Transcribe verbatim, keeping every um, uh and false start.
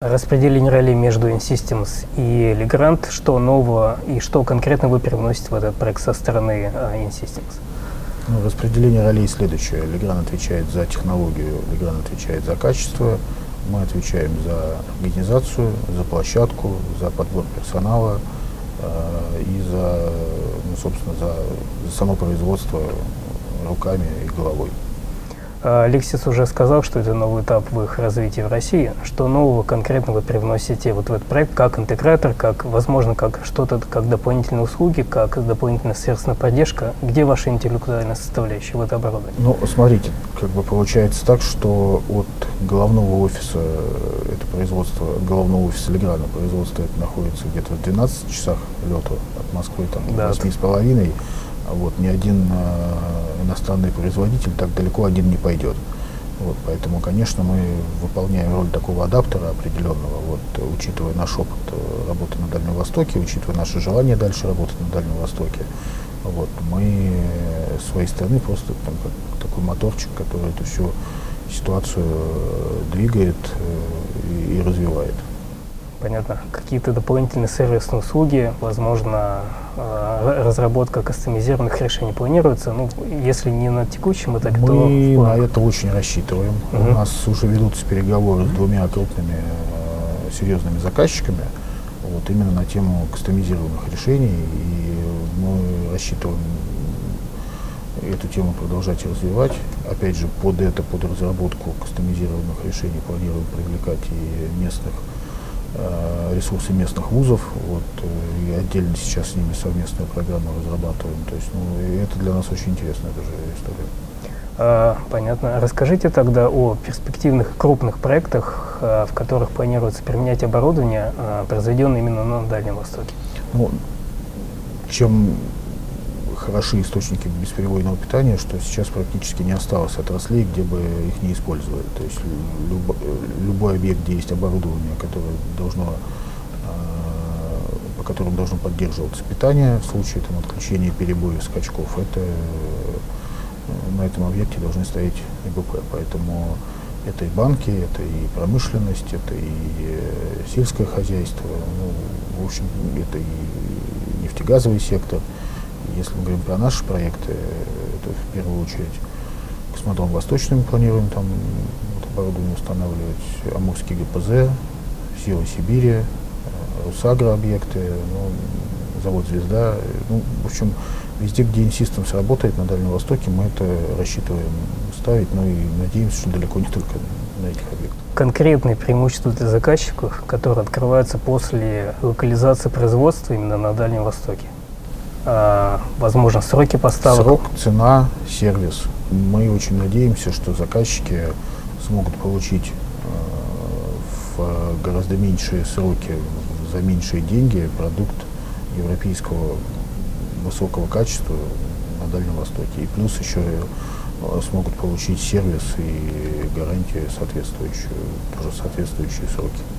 Распределение ролей между InSystems и Legrand, что нового и что конкретно вы привносите в этот проект со стороны InSystems? Ну, распределение ролей следующее. Legrand отвечает за технологию, Legrand отвечает за качество, мы отвечаем за организацию, за площадку, за подбор персонала э, и за, ну, собственно, за, за само производство руками и головой. Алексис уже сказал, что это новый этап в их развитии в России. Что нового конкретно вы привносите вот в этот проект, как интегратор, как, возможно, как что-то, как дополнительные услуги, как дополнительная сервисная поддержка? Где ваша интеллектуальная составляющая в это оборудование? Ну, смотрите, как бы получается так, что от головного офиса, это производство, от головного офиса Legrand, производство это находится где-то в двенадцати часах лету от Москвы, там, да. восьми с половиной. Вот, ни один э, иностранный производитель так далеко один не пойдет. Вот, поэтому, конечно, мы выполняем роль такого адаптера определенного, вот, учитывая наш опыт работы на Дальнем Востоке, учитывая наше желание дальше работать на Дальнем Востоке. Вот, мы с своей стороны просто там, как такой моторчик, который эту всю ситуацию двигает э, и, и развивает. Понятно. Какие-то дополнительные сервисные услуги, возможно, разработка кастомизированных решений планируется? Ну, если не на текущем этапе, мы то... Мы на это очень рассчитываем. Uh-huh. У нас уже ведутся переговоры с двумя крупными э, серьезными заказчиками вот, именно на тему кастомизированных решений. И мы рассчитываем эту тему продолжать развивать. Опять же, под это, под разработку кастомизированных решений планируем привлекать и местных ресурсы местных вузов, вот, и отдельно сейчас с ними совместную программу разрабатываем. То есть, ну, и это для нас очень интересная тоже история. А, понятно. Расскажите тогда о перспективных крупных проектах, а, в которых планируется применять оборудование, а, произведенное именно на Дальнем Востоке. Ну, чем хороши источники бесперебойного питания, что сейчас практически не осталось отраслей, где бы их не использовали. То есть люб, любой объект, где есть оборудование, которое должно, э, по которому должно поддерживаться питание в случае там, отключения, перебоев, скачков, это, э, на этом объекте должны стоять ИБП. Поэтому это и банки, это и промышленность, это и э, сельское хозяйство, ну, в общем, это и нефтегазовый сектор. Если мы говорим про наши проекты, это в первую очередь космодром Восточный мы планируем там вот, оборудование устанавливать, Амурский ГПЗ, Сила Сибири, Русагро объекты, ну, завод «Звезда». Ну, в общем, везде, где InSystems работает на Дальнем Востоке, мы это рассчитываем ставить, ну и надеемся, что далеко не только на этих объектах. Конкретные преимущества для заказчиков, которые открываются после локализации производства именно на Дальнем Востоке? А, возможно, сроки поставок? Срок, цена, сервис. Мы очень надеемся, что заказчики смогут получить э, в гораздо меньшие сроки, за меньшие деньги продукт европейского высокого качества на Дальнем Востоке. И плюс еще э, смогут получить сервис и гарантию соответствующую, тоже соответствующие сроки.